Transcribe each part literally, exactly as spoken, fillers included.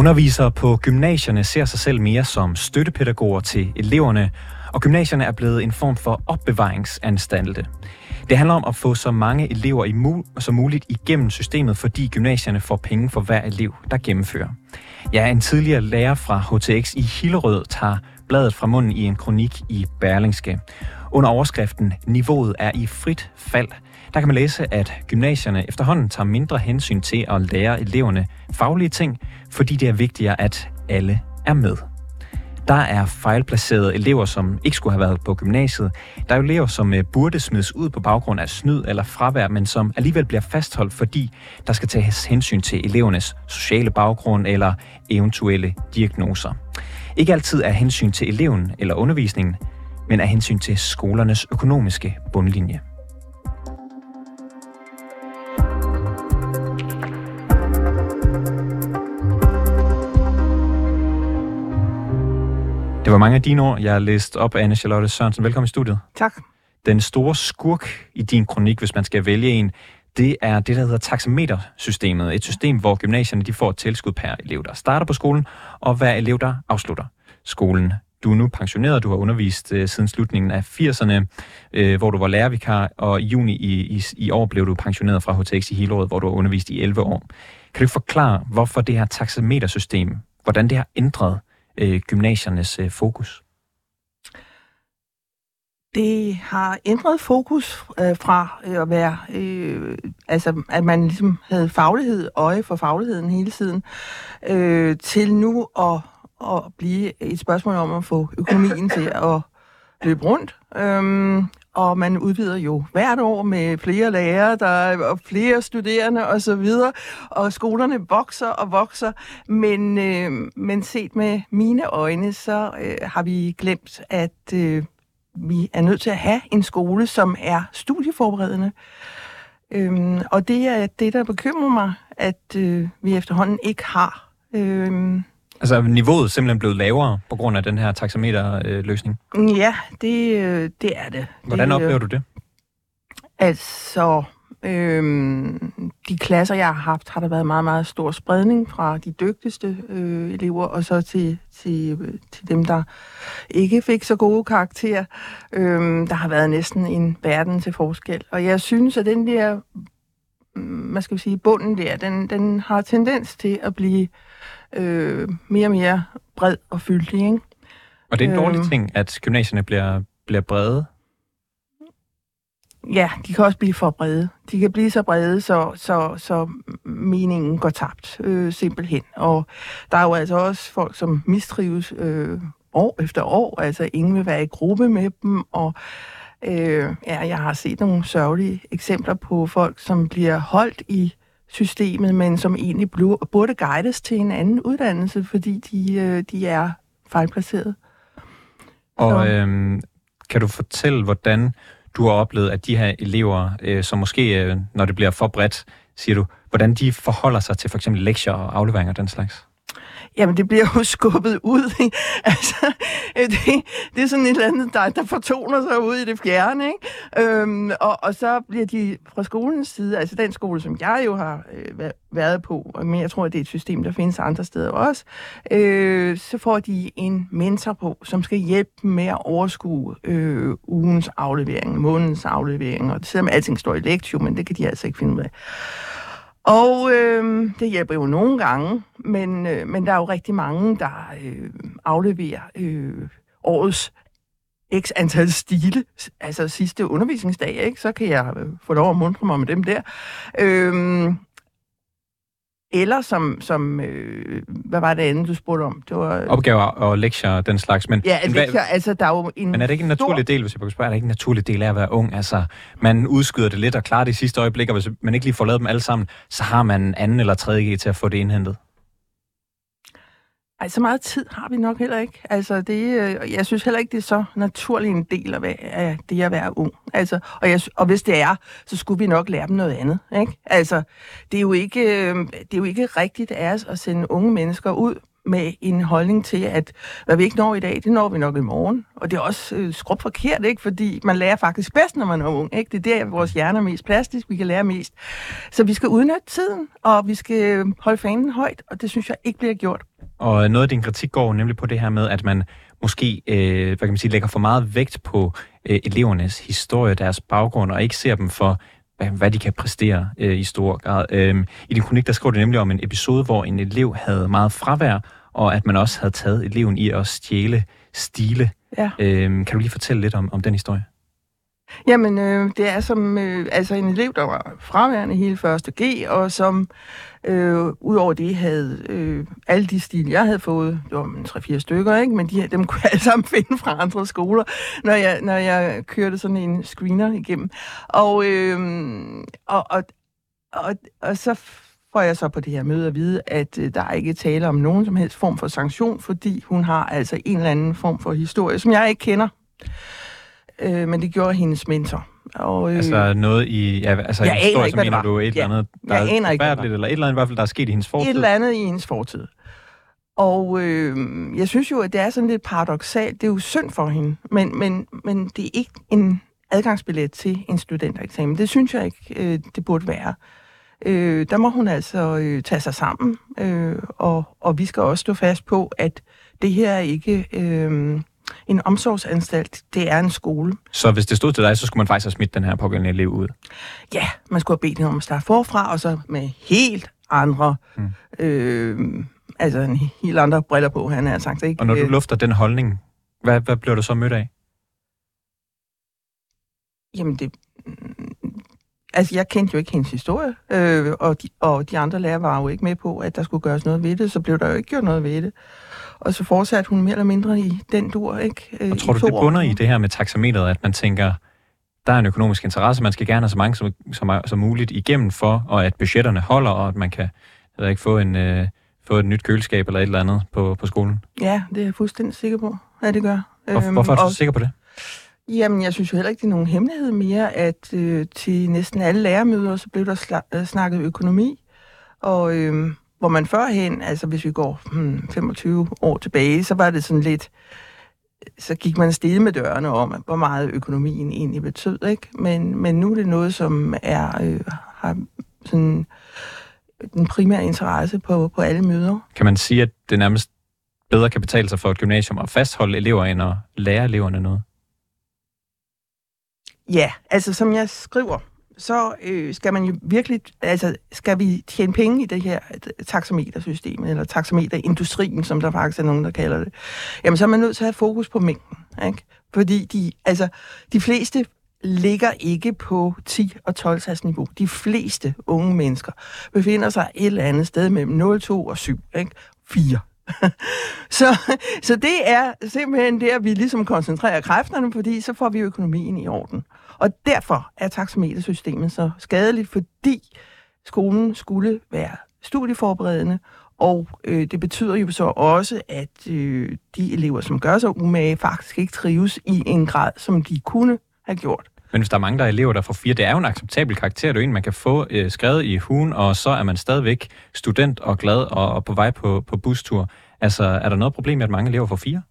Undervisere på gymnasierne ser sig selv mere som støttepædagoger til eleverne, og gymnasierne er blevet en form for opbevaringsanstalte. Det handler om at få så mange elever i mul- som muligt igennem systemet, fordi gymnasierne får penge for hver elev, der gennemfører. Ja, en tidligere lærer fra H T X i Hillerød tager bladet fra munden i en kronik i Berlingske. Under overskriften "Niveauet er i frit fald", der kan man læse, at gymnasierne efterhånden tager mindre hensyn til at lære eleverne faglige ting, fordi det er vigtigere, at alle er med. Der er fejlplacerede elever, som ikke skulle have været på gymnasiet. Der er elever, som burde smides ud på baggrund af snyd eller fravær, men som alligevel bliver fastholdt, fordi der skal tages hensyn til elevernes sociale baggrund eller eventuelle diagnoser. Ikke altid af hensyn til eleven eller undervisningen, men af hensyn til skolernes økonomiske bundlinje. Det var mange af dine ord, jeg har læst op af Anne Charlotte Sørensen. Velkommen i studiet. Tak. Den store skurk i din kronik, hvis man skal vælge en, det er det, der hedder taxametersystemet. Et system, hvor gymnasierne de får et tilskud per elev, der starter på skolen, og hver elev, der afslutter skolen. Du er nu pensioneret, du har undervist øh, siden slutningen af firserne, øh, hvor du var lærervikar, og i juni i, i, i år blev du pensioneret fra H T X i Hillerød, hvor du har undervist i elleve år. Kan du forklare, hvorfor det her taxametersystem, hvordan det har ændret øh, gymnasiernes øh, fokus? Det har ændret fokus øh, fra øh, at være, øh, altså at man ligesom havde faglighed, øje for fagligheden hele tiden, øh, til nu at, at blive et spørgsmål om at få økonomien til at løbe rundt. Øhm, og man udvider jo hvert år med flere lærere, der er, og flere studerende osv., og skolerne vokser og vokser. Men, øh, men set med mine øjne, så øh, har vi glemt, at øh, vi er nødt til at have en skole, som er studieforberedende. Øhm, og det er det, der bekymrer mig, at øh, vi efterhånden ikke har. Øhm, Altså er niveauet simpelthen blevet lavere på grund af den her taxameterløsning? Øh, ja, det, øh, det er det. Hvordan det, oplever du det? Altså, øhm, de klasser, jeg har haft, har der været meget, meget stor spredning fra de dygtigste øh, elever, og så til, til, til dem, der ikke fik så gode karakterer. Øhm, der har været næsten en verden til forskel. Og jeg synes, at den der, hvad skal vi sige, bunden der, den, den har tendens til at blive øh, mere og mere bred og fyldig, ikke? Og det er en dårlig øhm, ting, at gymnasierne bliver, bliver brede? Ja, de kan også blive for brede. De kan blive så brede, så, så, så meningen går tabt, øh, simpelthen. Og der er jo altså også folk, som mistrives øh, år efter år. Altså, ingen vil være i gruppe med dem. Og øh, ja, jeg har set nogle sørgelige eksempler på folk, som bliver holdt i systemet, men som egentlig burde guides til en anden uddannelse, fordi de, øh, de er fejlplaceret. Og øhm, kan du fortælle, hvordan du har oplevet, at de her elever, øh, som måske, øh, når det bliver for bredt, siger du, hvordan de forholder sig til for eksempel lektier og afleveringer og den slags? Jamen, det bliver jo skubbet ud, ikke? Altså, det, det er sådan et eller andet, der, der fortoner sig ud i det fjerne, ikke? Øhm, og, og så bliver de fra skolens side, altså den skole, som jeg jo har øh, været på, men jeg tror, det er et system, der findes andre steder også, øh, så får de en mentor på, som skal hjælpe dem med at overskue øh, ugens aflevering, månedens aflevering, og selvom alting står i lektie, men det kan de altså ikke finde ud af. Og øh, det hjælper jo nogle gange, men, øh, men der er jo rigtig mange, der øh, afleverer øh, årets x antal stile, altså sidste undervisningsdag, ikke? Så kan jeg øh, få lov at muntre mig med dem der. Øh, eller som, som øh, hvad var det andet, du spurgte om? Det var, opgaver og lektier og den slags. Men, ja, lektier, altså der er jo en Men er det ikke en naturlig del, hvis jeg kan spørge, er det ikke en naturlig del af at være ung? Altså, man udskyder det lidt og klarer det i sidste øjeblik, og hvis man ikke lige får lavet dem alle sammen, så har man anden eller tredje G til at få det indhentet. Ej, så meget tid har vi nok heller ikke. Altså, det, jeg synes heller ikke, det er så naturlig en del af, af det at være ung. Altså, og, jeg, og hvis det er, så skulle vi nok lære dem noget andet, ikke? Altså, det er jo ikke, det er jo ikke rigtigt af os at sende unge mennesker ud med en holdning til, at hvad vi ikke når i dag, det når vi nok i morgen. Og det er også øh, skrubt forkert, ikke? Fordi man lærer faktisk bedst, når man er ung, ikke? Det er der, vores hjerne er mest plastisk, vi kan lære mest. Så vi skal udnytte tiden, og vi skal holde fanen højt, og det synes jeg ikke bliver gjort. Og noget af din kritik går nemlig på det her med, at man måske øh, hvad kan man sige, lægger for meget vægt på øh, elevernes historie, deres baggrund, og ikke ser dem for, hvad, hvad de kan præstere øh, i stor grad. Øh, I din kronik, der skriver du nemlig om en episode, hvor en elev havde meget fravær, og at man også havde taget eleven i at stjæle stile. Ja. Øh, kan du lige fortælle lidt om, om den historie? Jamen, øh, det er som øh, altså en elev, der var fraværende hele første G, og som øh, udover det havde øh, alle de stil, jeg havde fået, det var tre-fire stykker, ikke? Men de, dem kunne jeg alle sammen finde fra andre skoler, når jeg, når jeg kørte sådan en screener igennem. Og, øh, og, og, og, og så får jeg så på det her møde at vide, at øh, der ikke taler om nogen som helst form for sanktion, fordi hun har altså en eller anden form for historie, som jeg ikke kender. Øh, men det gjorde hendes mentor. Og, øh, altså noget i... Ja, altså jeg en historie, aner ikke, hvad det var. Du et eller andet, der jeg er forfærdeligt, eller et eller andet i hvert fald, der er sket i hendes fortid? Et eller andet i hendes fortid. Og øh, jeg synes jo, at det er sådan lidt paradoksalt. Det er jo synd for hende, men, men, men det er ikke en adgangsbillet til en studentereksamen. Det synes jeg ikke, øh, det burde være. Øh, der må hun altså øh, tage sig sammen, øh, og, og vi skal også stå fast på, at det her er ikke... Øh, en omsorgsanstalt, det er en skole. Så hvis det stod til dig, så skulle man faktisk have smidt den her pågældende elev ud? Ja, man skulle have bedt hende om at starte forfra, og så med helt andre, mm. øh, altså en helt andre briller på, han har sagt. Ikke? Og når du lufter den holdning, hvad, hvad bliver du så mødt af? Jamen det... Altså, jeg kendte jo ikke hendes historie, øh, og, de, og de andre lærere var jo ikke med på, at der skulle gøres noget ved det, så blev der jo ikke gjort noget ved det. Og så fortsatte hun mere eller mindre i den dur, ikke? Og tror du, det bunder i det her med taxameteret, at man tænker, der er en økonomisk interesse, man skal gerne have så mange som, som, som muligt igennem for, og at budgetterne holder, og at man kan jeg ved ikke, få, en, øh, få et nyt køleskab eller et eller andet på, på skolen? Ja, det er jeg fuldstændig sikker på, at det gør. Hvor, hvorfor er du og, så sikker på det? Jamen, jeg synes jo heller ikke, det er nogen hemmelighed mere, at øh, til næsten alle lærermøder, så blev der sla- snakket økonomi, og... Øh, hvor man førhen, altså hvis vi går hmm, femogtyve år tilbage, så var det sådan lidt, så gik man stille med dørene om, hvor meget økonomien egentlig betød, ikke? Men, men nu er det noget, som er, øh, har sådan den primære interesse på, på alle møder. Kan man sige, at det nærmest bedre kan betale sig for et gymnasium at fastholde elever, end at lære eleverne noget? Ja, altså som jeg skriver, så øh, skal man jo virkelig, altså skal vi tjene penge i det her taxametersystem, eller taxameterindustrien, som der faktisk er nogen, der kalder det, jamen så er man nødt til at have fokus på mængden, ikke? Fordi de, altså, de fleste ligger ikke på ti og tolv-tals niveau. De fleste unge mennesker befinder sig et eller andet sted mellem nul, to og syv, ikke? fire. så, så det er simpelthen der, vi ligesom koncentrerer kræfterne, fordi så får vi økonomien i orden. Og derfor er taxametersystemet så skadeligt, fordi skolen skulle være studieforberedende, og øh, det betyder jo så også, at øh, de elever, som gør sig umage, faktisk ikke trives i en grad, som de kunne have gjort. Men hvis der er mange, der er elever, der får fire, det er jo en acceptabel karakter, det er jo en, man kan få øh, skrevet i hugen, og så er man stadigvæk student og glad og, og på vej på, på bustur. Altså, er der noget problem med, at mange elever får fire?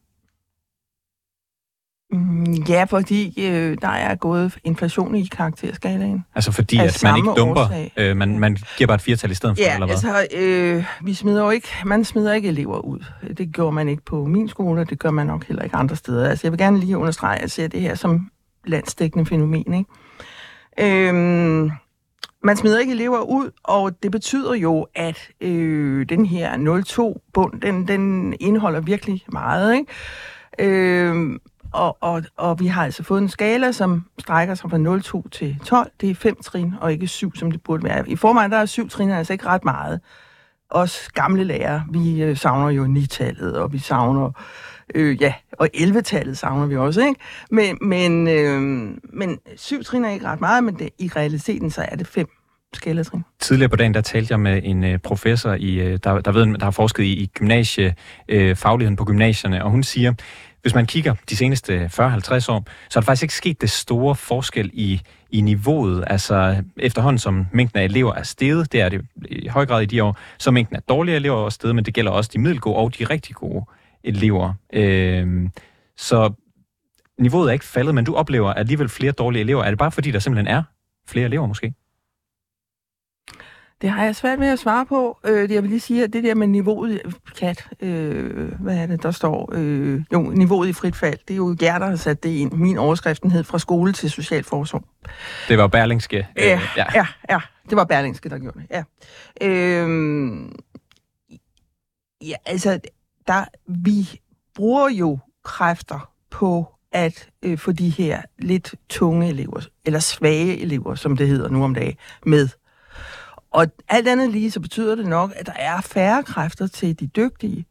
Ja, fordi øh, der er gået inflation i karakterskalaen. Altså fordi, at man ikke dumper, øh, man, man giver bare et firtal i stedet for, ja, eller hvad? altså, øh, vi smider jo ikke, man smider ikke elever ud. Det gjorde man ikke på min skole, og det gør man nok heller ikke andre steder. Altså, jeg vil gerne lige understrege, at jeg ser det her som landsdækkende fænomen, ikke? Øhm, man smider ikke elever ud, og det betyder jo, at øh, den her nul to bund, den, den indeholder virkelig meget, ikke? Øhm, Og, og, og vi har altså fået en skala, som strækker sig fra nul to til tolv. Det er fem trin, og ikke syv, som det burde være. I forvejen, der er syv trin, altså ikke ret meget. Os gamle lærere, vi øh, savner jo ni-tallet, og vi savner, øh, ja, og elleve-tallet savner vi også, ikke? Men, men, øh, men syv trin er ikke ret meget, men det, i realiteten, så er det fem skalatrin. Tidligere på dagen, der talte jeg med en øh, professor, i, øh, der, der, ved, der har forsket i, i gymnasiefagligheden øh, på gymnasierne, og hun siger, hvis man kigger de seneste fyrre til halvtreds år, så er der faktisk ikke sket det store forskel i, i niveauet. Altså efterhånden som mængden af elever er steget, det er det i høj grad i de år, så mængden af dårlige elever er steget, men det gælder også de middelgode og de rigtig gode elever. Øhm, så niveauet er ikke faldet, men du oplever alligevel flere dårlige elever. Er det bare fordi, der simpelthen er flere elever måske? Det har jeg svært med at svare på. Øh, jeg vil lige sige, at det der med niveauet, Kat, øh, hvad er det, der står? Øh, jo, niveauet i frit fald, det er jo jer, der har sat det ind. Min overskriften hed Fra skole til socialforsorg. Det var Berlingske. Ja, øh, ja. ja, ja, det var Berlingske, der gjorde det, ja. Øh, ja, altså, der, vi bruger jo kræfter på at øh, få de her lidt tunge elever, eller svage elever, som det hedder nu om dagen, med. Og alt andet lige, så betyder det nok, at der er færre kræfter til de dygtige.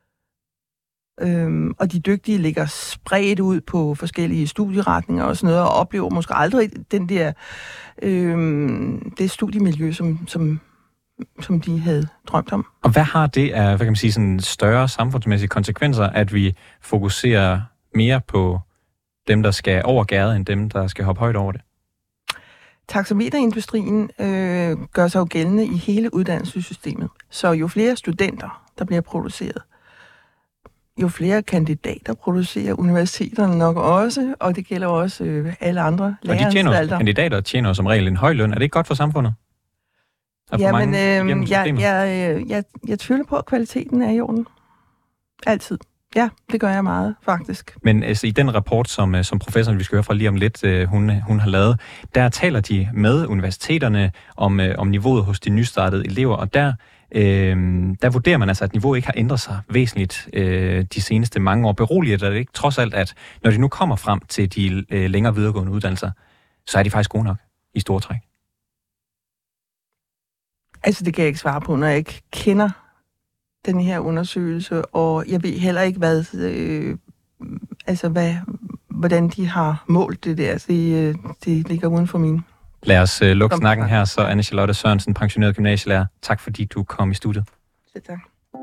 Øhm, og de dygtige ligger spredt ud på forskellige studieretninger og sådan noget, og oplever måske aldrig den der, øhm, det studiemiljø, som, som, som de havde drømt om. Og hvad har det af, hvad kan man sige, sådan større samfundsmæssige konsekvenser, at vi fokuserer mere på dem, der skal over gærdet, end dem, der skal hoppe højt over det? Taxameterindustrien øh, gør sig jo gældende i hele uddannelsessystemet. Så jo flere studenter, der bliver produceret, jo flere kandidater producerer universiteterne nok også, og det gælder også øh, alle andre læreanstalter. Og de tjener, kandidater tjener som regel en høj løn. Er det ikke godt for samfundet? Ja, men øh, jeg, jeg, jeg, jeg tvivler på, at kvaliteten er i orden. Altid. Ja, det gør jeg meget, faktisk. Men altså, i den rapport, som, som professoren, vi skal høre fra lige om lidt, hun, hun har lavet, der taler de med universiteterne om, om niveauet hos de nystartede elever, og der, øh, der vurderer man altså, at niveauet ikke har ændret sig væsentligt øh, de seneste mange år. Beroliger det ikke trods alt, at når de nu kommer frem til de øh, længere videregående uddannelser, så er de faktisk gode nok i store træk? Altså, det kan jeg ikke svare på, når jeg ikke kender den her undersøgelse, og jeg ved heller ikke, hvad, øh, altså hvad, hvordan de har målt det der. Det, det ligger uden for min. Lad os øh, lukke snakken her, så Anne Charlotte Sørensen, pensioneret gymnasielærer. Tak fordi du kom i studiet. Selv tak.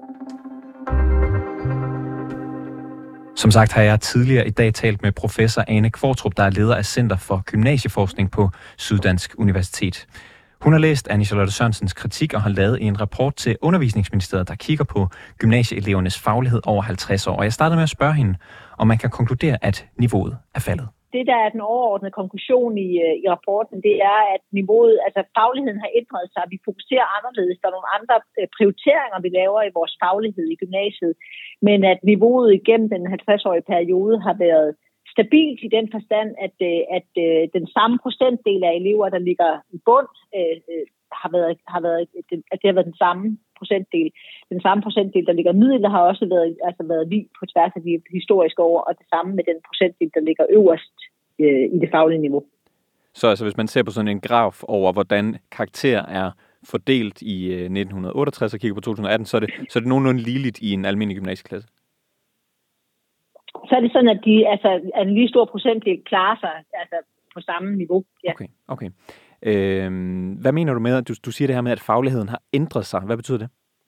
Som sagt har jeg tidligere i dag talt med professor Ane Kvartrup, der er leder af Center for Gymnasieforskning på Syddansk Universitet. Hun har læst Anne Charlotte Sørensens kritik og har lavet en rapport til Undervisningsministeriet, der kigger på gymnasieelevernes faglighed over halvtreds år. Og jeg startede med at spørge hende, om man kan konkludere, at niveauet er faldet. Det, der er den overordnede konklusion i, i rapporten, det er, at niveauet, altså fagligheden har ændret sig. Vi fokuserer anderledes. Der er nogle andre prioriteringer, vi laver i vores faglighed i gymnasiet. Men at niveauet igennem den halvtreds-årige periode har været stabilt i den forstand, at, at, at den samme procentdel af elever, der ligger i bund, øh, har været, har været, at det har været den samme procentdel. Den samme procentdel, der ligger middel, har også været, altså været lige på tværs af de historiske år, og det samme med den procentdel, der ligger øverst øh, i det faglige niveau. Så altså, hvis man ser på sådan en graf over, hvordan karakter er fordelt i øh, nitten otteogtres og kigger på to tusind atten, så er det, så er det nogenlunde ligeligt i en almindelig gymnasieklasse? Så er det sådan, at de, altså, at en lige stor procentdel klarer sig altså, på samme niveau. Ja. Okay, okay. Øhm, hvad mener du med, at du, du siger det her med, at fagligheden har ændret sig? Hvad betyder det?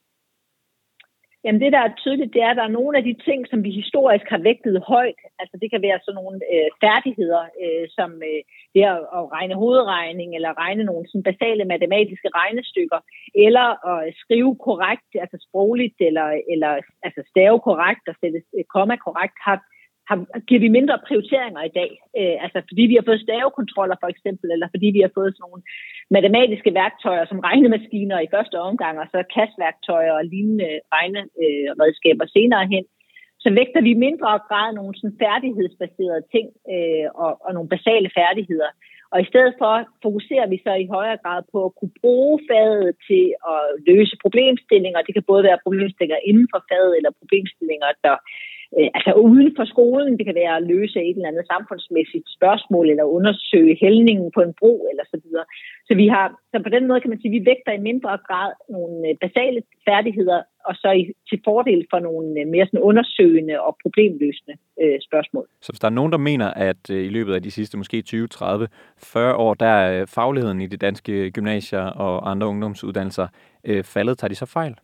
Jamen det, der er tydeligt, det er, at der er nogle af de ting, som vi historisk har vægtet højt. Altså det kan være sådan nogle øh, færdigheder, øh, som øh, det at, at regne hovedregning, eller regne nogle sådan basale matematiske regnestykker, eller at skrive korrekt, altså sprogligt, eller, eller altså stave korrekt og sætte komma korrekt, har, har, giver vi mindre prioriteringer i dag. Øh, altså fordi vi har fået stavekontroller for eksempel, eller fordi vi har fået sådan nogle matematiske værktøjer som regnemaskiner i første omgang, og så kastværktøjer og lignende regneredskaber øh, senere hen, så vægter vi i mindre grad nogle sådan færdighedsbaserede ting øh, og, og nogle basale færdigheder. Og i stedet for fokuserer vi så i højere grad på at kunne bruge faget til at løse problemstillinger. Det kan både være problemstillinger inden for faget, eller problemstillinger, der øh, altså uden for skolen. Det kan være at løse et eller andet samfundsmæssigt spørgsmål, eller undersøge hældningen på en bro, eller så videre. Så vi har, så på den måde kan man sige, at vi vægter i mindre grad nogle basale færdigheder, og så i, til fordel for nogle mere sådan undersøgende og problemløsende øh, spørgsmål. Så hvis der er nogen, der mener, at øh, i løbet af de sidste måske tyve, tredive, fyrre år, der er fagligheden i de danske gymnasier og andre ungdomsuddannelser øh, faldet, tager de så fejl?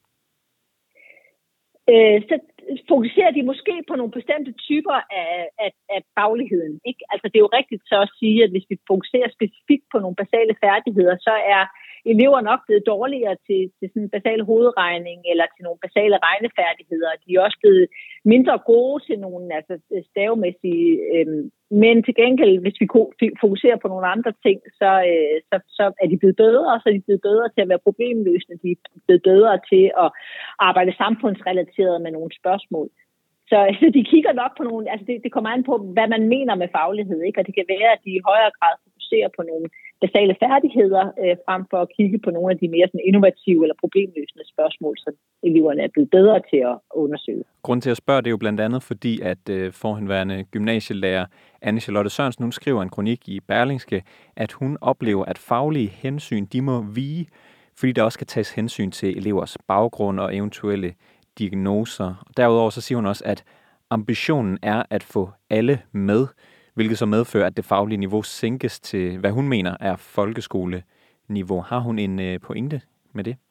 Øh, så fokuserer de måske på nogle bestemte typer af, af, af fagligheden. Ikke? Altså det er jo rigtigt så at sige, at hvis vi fokuserer specifikt på nogle basale færdigheder, så er elever nok blevet dårligere til, til sådan en basal hovedregning eller til nogle basale regnefærdigheder. De er også blevet mindre gode til nogle altså stavemæssige, øh, men til gengæld, hvis vi fokuserer på nogle andre ting, så, øh, så, så er de blevet bedre, og så er de blevet bedre til at være problemløsende, de er blevet bedre til at arbejde samfundsrelateret med nogle spørgsmål. Så altså, de kigger nok på nogle, altså det, det kommer an på, hvad man mener med faglighed, ikke? Og det kan være, at de i højere grad fokuserer på nogle basale færdigheder, øh, frem for at kigge på nogle af de mere sådan, innovative eller problemløsende spørgsmål, som eleverne er blevet bedre til at undersøge. Grunden til at spørge, det er jo blandt andet fordi, at øh, forhenværende gymnasielærer Anne Charlotte Sørensen, hun skriver en kronik i Berlingske, at hun oplever, at faglige hensyn, de må vige, fordi der også skal tages hensyn til elevers baggrund og eventuelle diagnoser. Derudover så siger hun også, at ambitionen er at få alle med, hvilket så medfører, at det faglige niveau sænkes til, hvad hun mener er folkeskoleniveau. Har hun en pointe med det?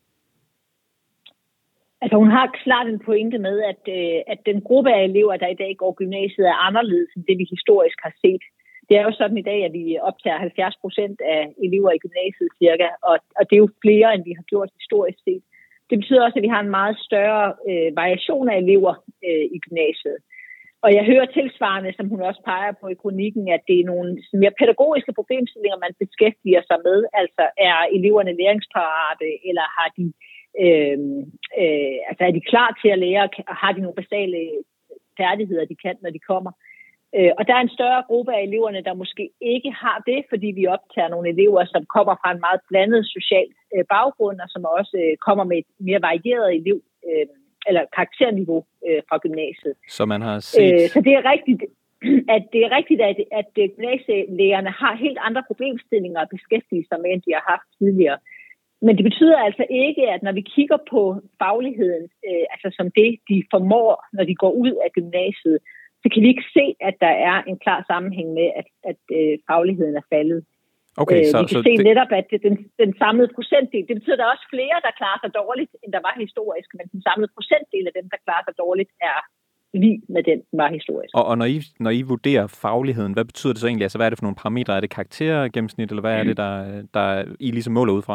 Altså hun har klart en pointe med, at, at den gruppe af elever, der i dag går gymnasiet, er anderledes end det, vi historisk har set. Det er jo sådan i dag, at vi optager halvfjerds procent af elever i gymnasiet cirka, og, og det er jo flere, end vi har gjort historisk set. Det betyder også, at vi har en meget større øh, variation af elever øh, i gymnasiet. Og jeg hører tilsvarende, som hun også peger på i kronikken, at det er nogle mere pædagogiske problemstillinger, man beskæftiger sig med. Altså er eleverne læringsparate, eller har de, øh, øh, altså er de klar til at lære, og har de nogle basale færdigheder, de kan, når de kommer. Og der er en større gruppe af eleverne, der måske ikke har det, fordi vi optager nogle elever, som kommer fra en meget blandet social baggrund, og som også kommer med et mere varieret elev, eller karakterniveau fra gymnasiet. Så man har set... Så det er rigtigt, at det er rigtigt, at, at gymnasielærerne har helt andre problemstillinger at beskæftige sig med, end de har haft tidligere. Men det betyder altså ikke, at når vi kigger på fagligheden, altså som det, de formår, når de går ud af gymnasiet, så kan vi ikke se, at der er en klar sammenhæng med, at, at øh, fagligheden er faldet. Okay, så, øh, vi kan så se det... netop, at den, den samlede procentdel, det betyder, at der er også flere, der klarer sig dårligt, end der var historisk, men den samlede procentdel af dem, der klarer sig dårligt, er lige med den, der var historisk. Og, og når, I, når I vurderer fagligheden, hvad betyder det så egentlig? Altså, hvad er det for nogle parametre? Er det karaktergennemsnit, eller hvad er det, der, der I ligesom måler ud fra?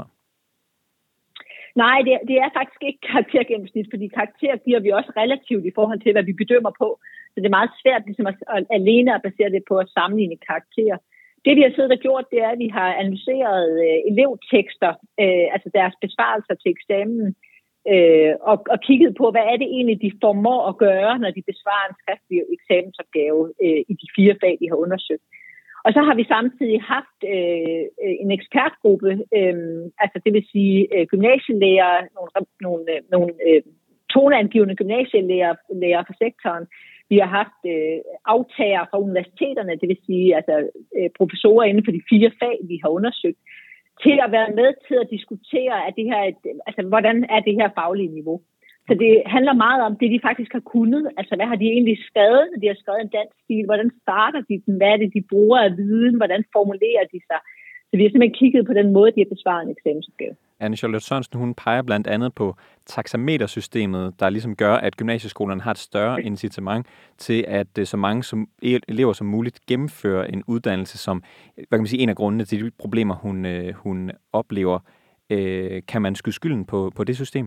Nej, det, det er faktisk ikke karaktergennemsnit, fordi karakter giver vi også relativt i forhold til, hvad vi bedømmer på. Så det er meget svært ligesom at, at alene at basere det på at sammenligne karakterer. Det vi har siddet og gjort, det er, at vi har analyseret øh, elevtekster, øh, altså deres besvarelser til eksamen, øh, og, og kigget på, hvad er det egentlig, de formår at gøre, når de besvarer en skriftlig eksamensopgave øh, i de fire fag, de har undersøgt. Og så har vi samtidig haft øh, en ekspertgruppe, øh, altså det vil sige øh, gymnasielærer, nogle, nogle, nogle øh, toneangivende gymnasielærer lærer for sektoren. Vi har haft øh, aftager fra universiteterne, det vil sige altså, øh, professorer inden for de fire fag, vi har undersøgt, til at være med til at diskutere, at det her, altså, hvordan er det her faglige niveau. Så det handler meget om det, de faktisk har kunnet. Altså, hvad har de egentlig skrevet, når de har skrevet en dansk stil? Hvordan starter de den? Hvad er det, de bruger af viden? Hvordan formulerer de sig? Så vi har simpelthen kigget på den måde, de har besvaret en eksamensopgave. Anne Charlotte Sørensen, hun peger blandt andet på taxametersystemet, der ligesom gør, at gymnasieskolerne har et større incitament til, at så mange som elever som muligt gennemfører en uddannelse, som hvad kan man sige, en af grundene til de problemer, hun, hun oplever. Kan man skyde skylden på, på det system?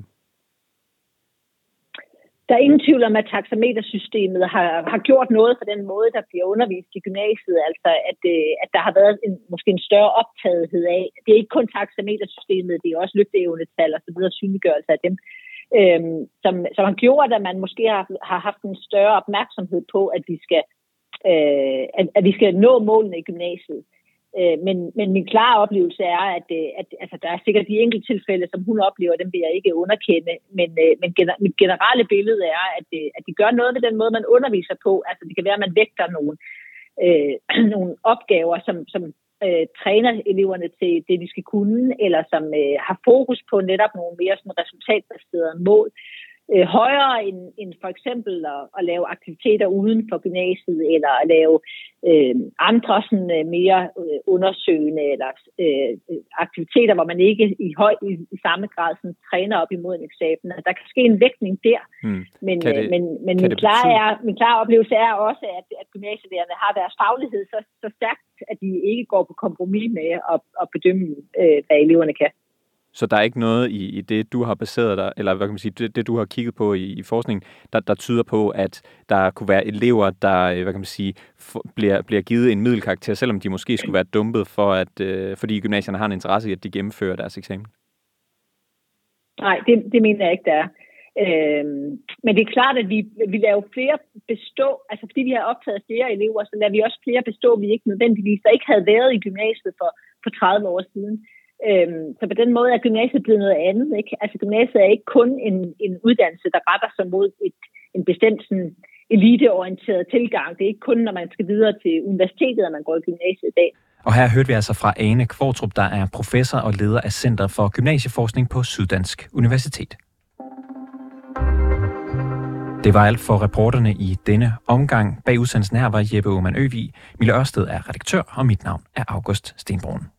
Der er ingen tvivl om, at taxametersystemet har, har gjort noget for den måde, der bliver undervist i gymnasiet. Altså, at, at der har været en, måske en større optagethed af. Det er ikke kun taxametersystemet, det er også lygteevnetal og så videre, synliggørelse af dem, øhm, som, som har gjort, at man måske har, har haft en større opmærksomhed på, at vi skal, øh, at, at vi skal nå målene i gymnasiet. Men, men min klare oplevelse er, at, at altså, der er sikkert de enkelte tilfælde, som hun oplever, dem vil jeg ikke underkende. Men, men gener, mit generelle billede er, at, at de gør noget ved den måde, man underviser på. Altså det kan være, at man vægter nogle, øh, nogle opgaver, som, som øh, træner eleverne til det, de skal kunne, eller som øh, har fokus på netop nogle mere sådan, resultatbaserede mål. Øh, højere end, end for eksempel at, at lave aktiviteter uden for gymnasiet, eller at lave øh, andre sådan, øh, mere øh, undersøgende eller øh, aktiviteter, hvor man ikke i, høj, i, i samme grad sådan, træner op imod en eksamen. Der kan ske en vægtning der, mm. men, det, øh, men, men min, klare er, min klare oplevelse er også, at, at gymnasielærerne har deres faglighed så, så stærkt, at de ikke går på kompromis med at, at bedømme, øh, hvad eleverne kan. Så der er ikke noget i, i det, du har baseret dig, eller hvad kan man sige, det, det du har kigget på i, i forskningen, der, der tyder på, at der kunne være elever, der hvad kan man sige, for, bliver, bliver givet en middelkarakter, selvom de måske skulle være dumpet, for at, øh, fordi gymnasierne har en interesse i, at de gennemfører deres eksamen. Nej, det, det mener jeg ikke, der er. Øhm, men det er klart, at vi, vi laver flere bestå, altså fordi vi har optaget flere elever, så lader vi også flere bestå, vi ikke nødvendigvis, der ikke havde været i gymnasiet for, for tredive år siden. Øhm, så på den måde er gymnasiet blevet noget andet, ikke? Altså gymnasiet er ikke kun en, en uddannelse, der retter sig mod et, en bestemt sådan, eliteorienteret tilgang. Det er ikke kun, når man skal videre til universitetet, at man går i gymnasiet i dag. Og her hørte vi altså fra Ane Kvartrup, der er professor og leder af Center for Gymnasieforskning på Syddansk Universitet. Det var alt for reporterne i denne omgang. Bag udsendelsen her var Jeppe Aumann Øvig. Mille Ørsted er redaktør, og mit navn er August Stenbrun.